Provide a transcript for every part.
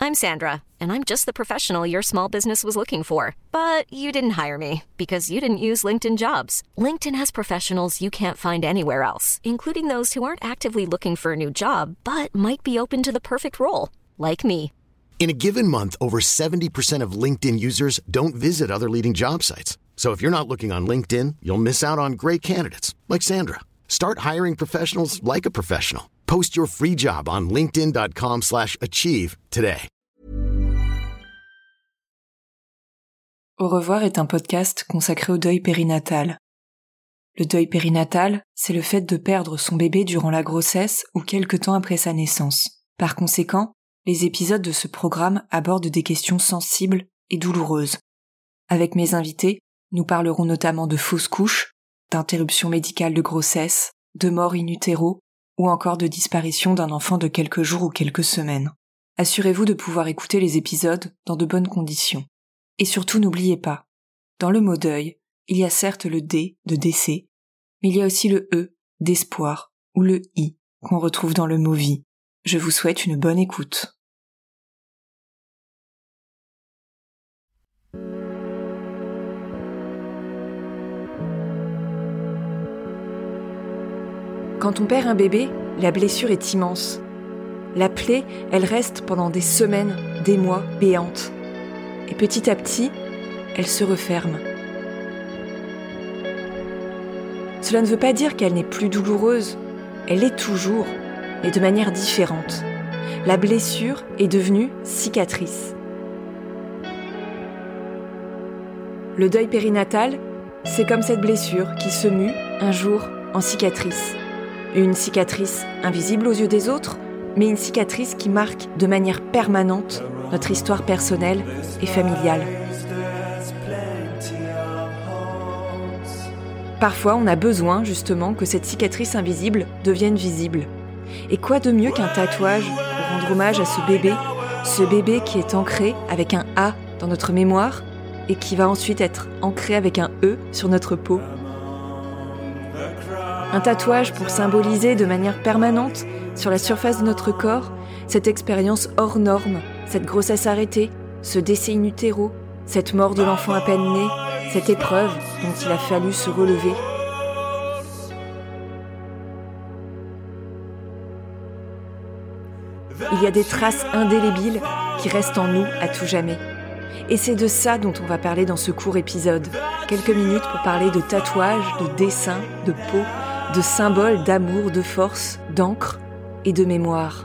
I'm Sandra, and I'm just the professional your small business was looking for. But you didn't hire me because you didn't use LinkedIn Jobs. LinkedIn has professionals you can't find anywhere else, including those who aren't actively looking for a new job, but might be open to the perfect role, like me. In a given month, over 70% of LinkedIn users don't visit other leading job sites. So if you're not looking on LinkedIn, you'll miss out on great candidates like Sandra. Start hiring professionals like a professional. Post your free job on linkedin.com/achieve today. Au revoir est un podcast consacré au deuil périnatal. Le deuil périnatal, c'est le fait de perdre son bébé durant la grossesse ou quelque temps après sa naissance. Par conséquent, les épisodes de ce programme abordent des questions sensibles et douloureuses. Avec mes invités, nous parlerons notamment de fausses couches, d'interruption médicale de grossesse, de mort in utero ou encore de disparition d'un enfant de quelques jours ou quelques semaines. Assurez-vous de pouvoir écouter les épisodes dans de bonnes conditions. Et surtout n'oubliez pas, dans le mot deuil, il y a certes le D de décès, mais il y a aussi le E d'espoir ou le I qu'on retrouve dans le mot vie. Je vous souhaite une bonne écoute. Quand on perd un bébé, la blessure est immense. La plaie, elle reste pendant des semaines, des mois, béante. Et petit à petit, elle se referme. Cela ne veut pas dire qu'elle n'est plus douloureuse. Elle l'est toujours, mais de manière différente. La blessure est devenue cicatrice. Le deuil périnatal, c'est comme cette blessure qui se mue un jour en cicatrice. Une cicatrice invisible aux yeux des autres, mais une cicatrice qui marque de manière permanente notre histoire personnelle et familiale. Parfois, on a besoin justement que cette cicatrice invisible devienne visible. Et quoi de mieux qu'un tatouage pour rendre hommage à ce bébé qui est ancré avec un A dans notre mémoire et qui va ensuite être ancré avec un E sur notre peau. Un tatouage pour symboliser de manière permanente, sur la surface de notre corps, cette expérience hors norme, cette grossesse arrêtée, ce décès in utero, cette mort de l'enfant à peine né, cette épreuve dont il a fallu se relever. Il y a des traces indélébiles qui restent en nous à tout jamais. Et c'est de ça dont on va parler dans ce court épisode. Quelques minutes pour parler de tatouages, de dessins, de peau, de symboles d'amour, de force, d'encre et de mémoire.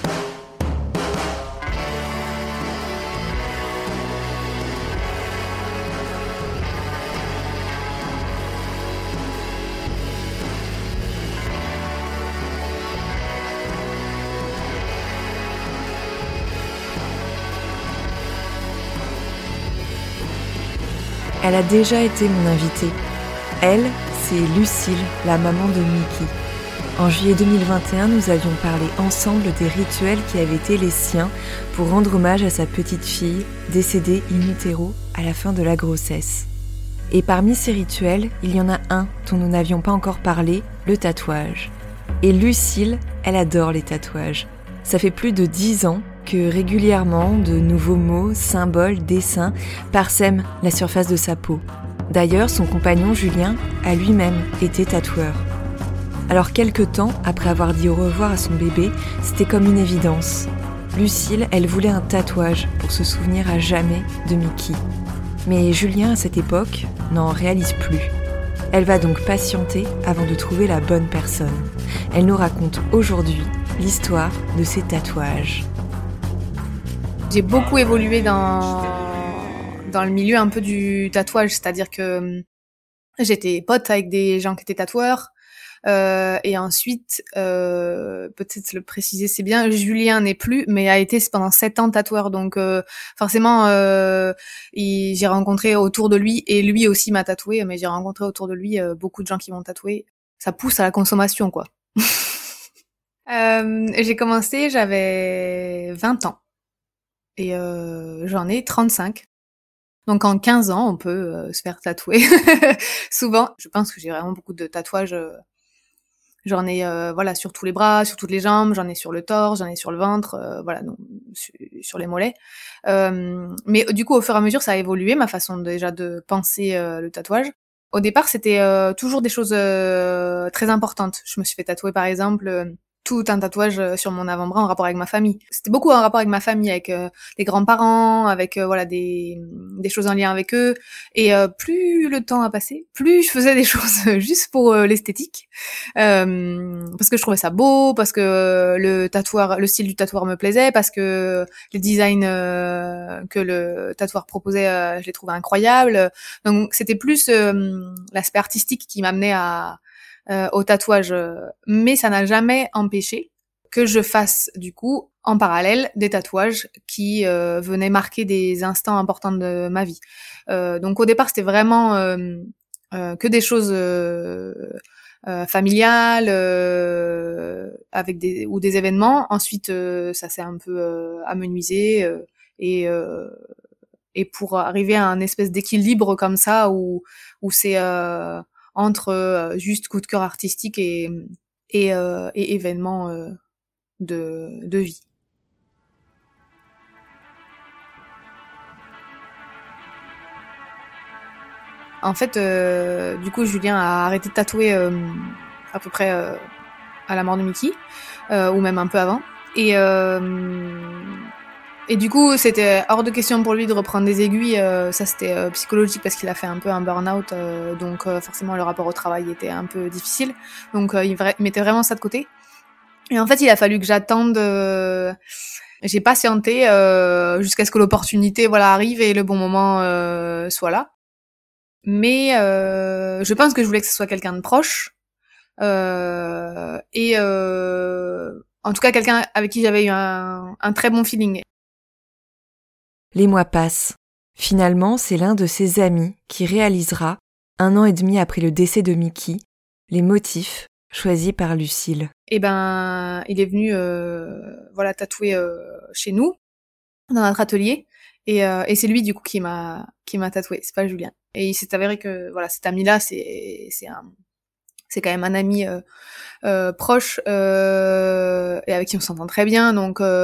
Elle a déjà été mon invitée. Elle, c'est Lucille, la maman de Mickey. En juillet 2021, nous avions parlé ensemble des rituels qui avaient été les siens pour rendre hommage à sa petite fille, décédée in utero à la fin de la grossesse. Et parmi ces rituels, il y en a un dont nous n'avions pas encore parlé, le tatouage. Et Lucille, elle adore les tatouages. Ça fait plus de 10 ans que régulièrement de nouveaux mots, symboles, dessins parsèment la surface de sa peau. D'ailleurs, son compagnon Julien a lui-même été tatoueur. Alors quelque temps après avoir dit au revoir à son bébé, c'était comme une évidence. Lucille, elle voulait un tatouage pour se souvenir à jamais de Mickey. Mais Julien, à cette époque, n'en réalise plus. Elle va donc patienter avant de trouver la bonne personne. Elle nous raconte aujourd'hui l'histoire de ses tatouages. J'ai beaucoup évolué dans le milieu un peu du tatouage, c'est-à-dire que j'étais pote avec des gens qui étaient tatoueurs, et ensuite, peut-être le préciser, c'est bien, Julien n'est plus, mais a été pendant 7 ans tatoueur, donc forcément, j'ai rencontré autour de lui, et lui aussi m'a tatoué, mais j'ai rencontré autour de lui beaucoup de gens qui m'ont tatoué. Ça pousse à la consommation, quoi. J'ai commencé, j'avais 20 ans. Et j'en ai 35. Donc en 15 ans, on peut se faire tatouer. Souvent, je pense que j'ai vraiment beaucoup de tatouages J'en ai voilà sur tous les bras, sur toutes les jambes, j'en ai sur le torse, j'en ai sur le ventre, voilà donc sur les mollets. Mais du coup au fur et à mesure ça a évolué ma façon déjà de penser le tatouage. Au départ c'était toujours des choses très importantes. Je me suis fait tatouer par exemple tout un tatouage sur mon avant-bras en rapport avec ma famille. C'était beaucoup en rapport avec ma famille, avec les grands-parents, avec voilà des choses en lien avec eux. Et plus le temps a passé, plus je faisais des choses juste pour l'esthétique, parce que je trouvais ça beau, parce que le style du tatoueur me plaisait, parce que les designs que le tatoueur proposait, je les trouvais incroyables. Donc c'était plus l'aspect artistique qui m'amenait au tatouage, mais ça n'a jamais empêché que je fasse du coup en parallèle des tatouages qui venaient marquer des instants importants de ma vie. Donc au départ c'était vraiment que des choses familiales avec des événements. Ensuite ça s'est un peu amenuisé et pour arriver à un espèce d'équilibre comme ça où c'est entre juste coup de cœur artistique et événements de vie. En fait, du coup, Julien a arrêté de tatouer à peu près à la mort de Mickey, ou même un peu avant. Et du coup, c'était hors de question pour lui de reprendre des aiguilles. Ça, c'était psychologique parce qu'il a fait un peu un burn-out. Donc forcément, le rapport au travail était un peu difficile. Donc il mettait vraiment ça de côté. Et en fait, il a fallu que j'attende. J'ai patienté jusqu'à ce que l'opportunité arrive et le bon moment soit là. Mais je pense que je voulais que ce soit quelqu'un de proche. Et en tout cas, quelqu'un avec qui j'avais eu un très bon feeling. Les mois passent. Finalement, c'est l'un de ses amis qui réalisera, 1 an et demi après le décès de Mickey, les motifs choisis par Lucille. Et ben, il est venu tatouer chez nous, dans notre atelier, et c'est lui du coup qui m'a tatoué, c'est pas Julien. Et il s'est avéré que cet ami-là, c'est quand même un ami proche et avec qui on s'entend très bien,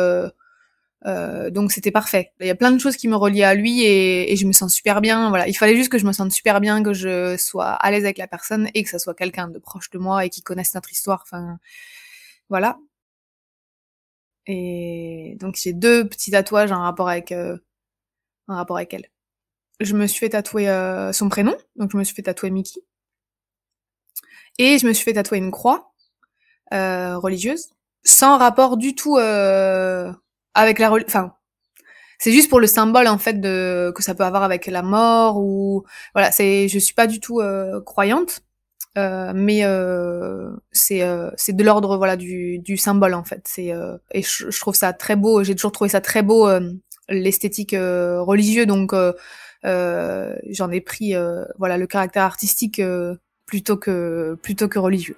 donc c'était parfait. Il y a plein de choses qui me reliaient à lui et je me sens super bien. Voilà, il fallait juste que je me sente super bien, que je sois à l'aise avec la personne et que ça soit quelqu'un de proche de moi et qui connaisse notre histoire. Enfin, voilà. Et donc j'ai 2 petits tatouages en rapport avec elle. Je me suis fait tatouer son prénom, donc je me suis fait tatouer Mickey. Et je me suis fait tatouer une croix religieuse, sans rapport du tout avec la enfin, c'est juste pour le symbole en fait que ça peut avoir avec la mort ou voilà, je suis pas du tout croyante, mais c'est de l'ordre du symbole en fait. Et je trouve ça très beau. J'ai toujours trouvé ça très beau l'esthétique religieux, donc j'en ai pris le caractère artistique plutôt que religieux.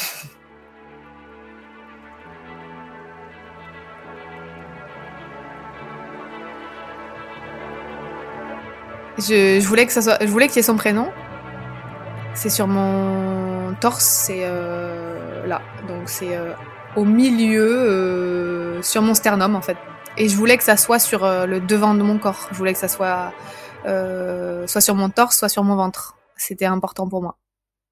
Je voulais qu'il y ait son prénom. C'est sur mon torse, c'est là. Donc c'est au milieu, sur mon sternum en fait. Et je voulais que ça soit sur le devant de mon corps. Je voulais que ça soit sur mon torse, soit sur mon ventre. C'était important pour moi.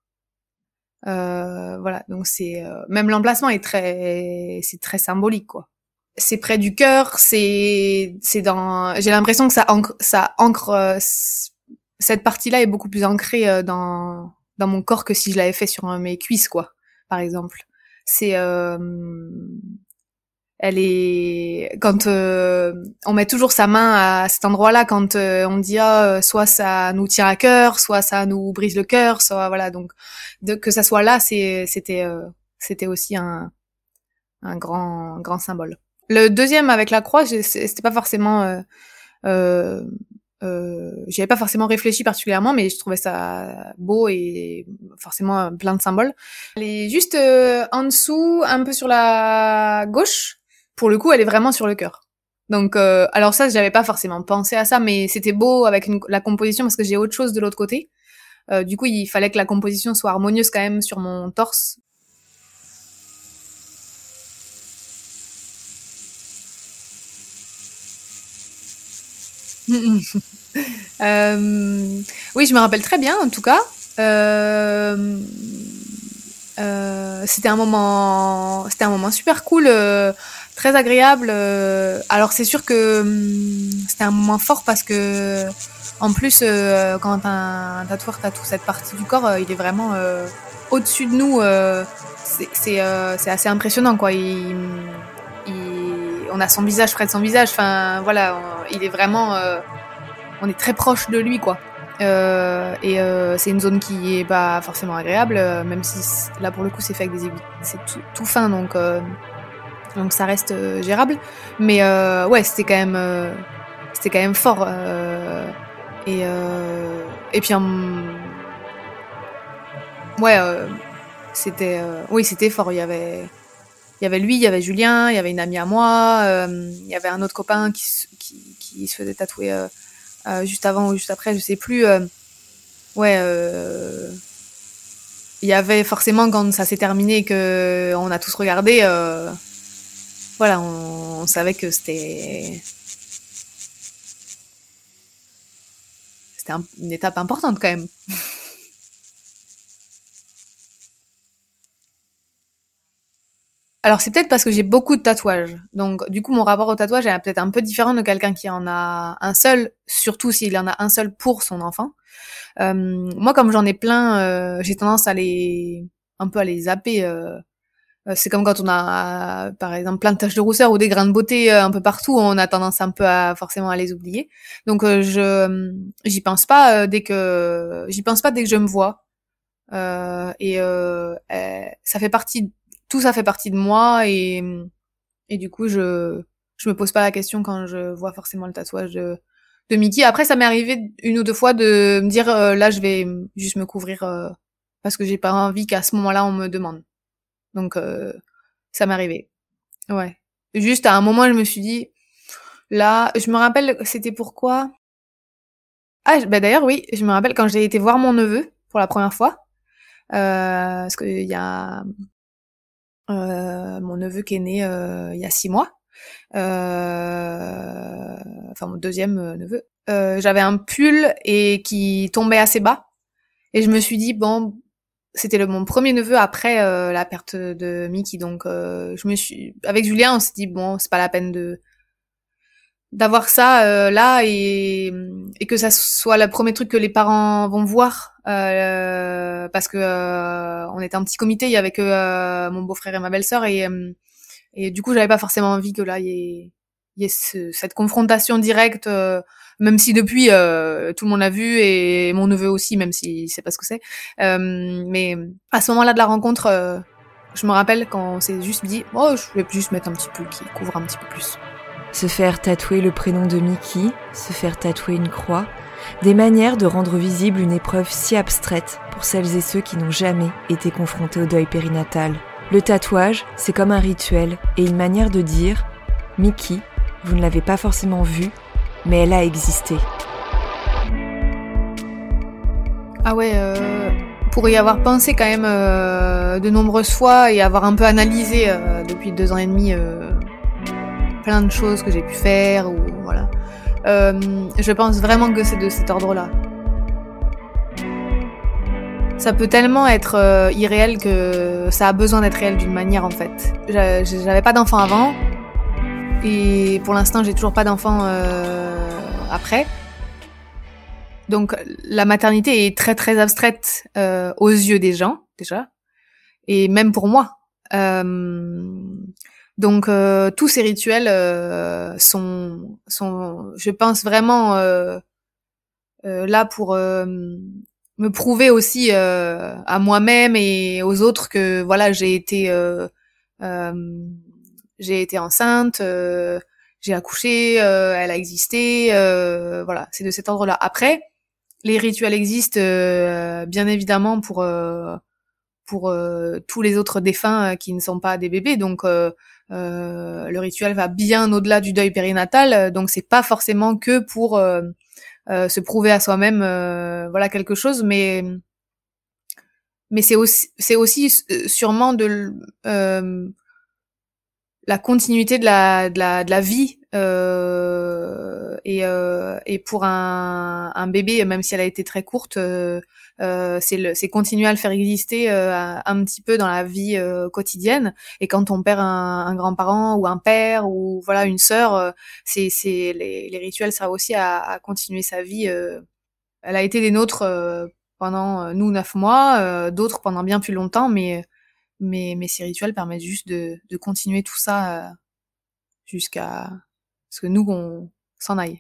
Donc c'est même l'emplacement est c'est très symbolique quoi. C'est près du cœur, j'ai l'impression que ça ancre cette partie-là est beaucoup plus ancrée dans mon corps que si je l'avais fait sur mes cuisses quoi, par exemple. C'est elle est quand on met toujours sa main à cet endroit-là quand on dit soit ça nous tient à cœur, soit ça nous brise le cœur, soit voilà donc que ça soit là c'était aussi un grand symbole. Le deuxième avec la croix, c'était pas forcément j'y avais pas forcément réfléchi particulièrement, mais je trouvais ça beau et forcément plein de symboles. Elle est juste en dessous, un peu sur la gauche. Pour le coup, elle est vraiment sur le cœur. Donc, alors ça, j'avais pas forcément pensé à ça, mais c'était beau avec la composition parce que j'ai autre chose de l'autre côté. Du coup, il fallait que la composition soit harmonieuse quand même sur mon torse. Oui, je me rappelle très bien, en tout cas. C'était un moment super cool, très agréable. Alors c'est sûr que c'était un moment fort parce que en plus, quand un tatoueur tatoue cette partie du corps, il est vraiment au-dessus de nous. C'est assez impressionnant, quoi. On a son visage près de son visage. Enfin, voilà, il est vraiment. On est très proche de lui, quoi. C'est une zone qui est pas forcément agréable, même si là pour le coup c'est fait avec des aiguilles, c'est tout fin, donc ça reste gérable. Mais ouais, c'était quand même fort. Et puis ouais, oui, c'était fort. Il y avait lui, il y avait Julien, il y avait une amie à moi, il y avait un autre copain qui se faisait tatouer juste avant ou juste après, je sais plus. Ouais, il y avait forcément, quand ça s'est terminé et que on a tous regardé, voilà, on savait que c'était une étape importante quand même. Alors c'est peut-être parce que j'ai beaucoup de tatouages. Donc du coup mon rapport au tatouage est peut-être un peu différent de quelqu'un qui en a un seul, surtout s'il en a un seul pour son enfant. Moi comme j'en ai plein, j'ai tendance un peu à les zapper. C'est comme quand on a par exemple plein de taches de rousseur ou des grains de beauté un peu partout, on a tendance un peu à forcément à les oublier. Donc j'y pense pas dès que je me vois. Ça fait partie, tout ça fait partie de moi et du coup je me pose pas la question quand je vois forcément le tatouage de Mickey. Après ça m'est arrivé une ou deux fois de me dire là je vais juste me couvrir parce que j'ai pas envie qu'à ce moment-là on me demande. Donc ça m'est arrivé. Ouais. Juste à un moment je me suis dit là, je me rappelle c'était pourquoi. Ah bah d'ailleurs oui, je me rappelle quand j'ai été voir mon neveu pour la première fois. Parce qu'il y a mon neveu qui est né il y a 6 mois. Enfin mon deuxième neveu. J'avais un pull et qui tombait assez bas. Et je me suis dit, bon, c'était mon premier neveu après la perte de Mickey. Donc avec Julien, on s'est dit, bon, c'est pas la peine d'avoir ça là et que ça soit le premier truc que les parents vont voir parce que on était un petit comité, il y avait que mon beau-frère et ma belle-sœur et du coup j'avais pas forcément envie que là il y ait cette confrontation directe même si depuis tout le monde l'a vu et mon neveu aussi même s'il sait pas ce que c'est mais à ce moment-là de la rencontre je me rappelle quand on s'est juste dit oh je vais juste mettre un petit pull qui couvre un petit peu plus. Se faire tatouer le prénom de Mickey, se faire tatouer une croix, des manières de rendre visible une épreuve si abstraite pour celles et ceux qui n'ont jamais été confrontés au deuil périnatal. Le tatouage, c'est comme un rituel et une manière de dire « Mickey, vous ne l'avez pas forcément vue, mais elle a existé ». Ah ouais, pour y avoir pensé quand même de nombreuses fois et avoir un peu analysé depuis 2 ans et demi plein de choses que j'ai pu faire ou voilà. Je pense vraiment que c'est de cet ordre-là. Ça peut tellement être irréel que ça a besoin d'être réel d'une manière en fait. J'avais pas d'enfant avant et pour l'instant j'ai toujours pas d'enfant après. Donc la maternité est très très abstraite aux yeux des gens déjà et même pour moi. Donc tous ces rituels sont, je pense vraiment là pour me prouver aussi à moi-même et aux autres que voilà j'ai été enceinte, j'ai accouché, elle a existé, voilà c'est de cet ordre-là. Après les rituels existent bien évidemment pour tous les autres défunts qui ne sont pas des bébés. Donc le rituel va bien au-delà du deuil périnatal. Donc c'est pas forcément que pour se prouver à soi-même voilà quelque chose, mais c'est aussi sûrement la continuité de la vie et pour un bébé, même si elle a été très courte, c'est continuer à le faire exister un petit peu dans la vie quotidienne. Et quand on perd un grand-parent ou un père ou voilà une sœur, c'est les rituels servent aussi à continuer sa vie. Elle a été des nôtres pendant nous 9 mois, d'autres pendant bien plus longtemps, mais ces rituels permettent juste de continuer tout ça jusqu'à ce que nous on s'en aille.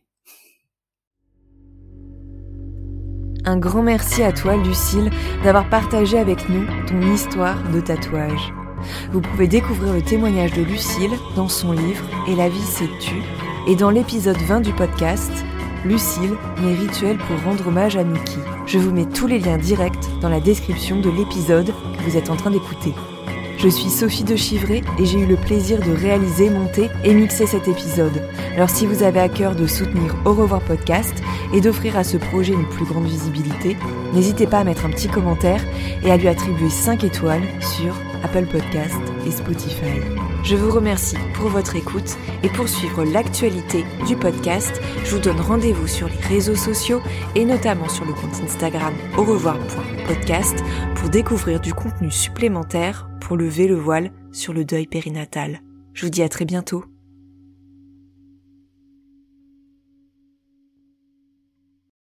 Un grand merci à toi, Lucille, d'avoir partagé avec nous ton histoire de tatouage. Vous pouvez découvrir le témoignage de Lucille dans son livre « Et la vie c'est tu » et dans l'épisode 20 du podcast « Lucille, mes rituels pour rendre hommage à Miki ». Je vous mets tous les liens directs dans la description de l'épisode que vous êtes en train d'écouter. Je suis Sophie de Chivray et j'ai eu le plaisir de réaliser, monter et mixer cet épisode. Alors si vous avez à cœur de soutenir Au revoir podcast et d'offrir à ce projet une plus grande visibilité, n'hésitez pas à mettre un petit commentaire et à lui attribuer 5 étoiles sur Apple Podcast et Spotify. Je vous remercie pour votre écoute et pour suivre l'actualité du podcast, je vous donne rendez-vous sur les réseaux sociaux et notamment sur le compte Instagram aurevoir.podcast pour découvrir du contenu supplémentaire pour lever le voile sur le deuil périnatal. Je vous dis à très bientôt.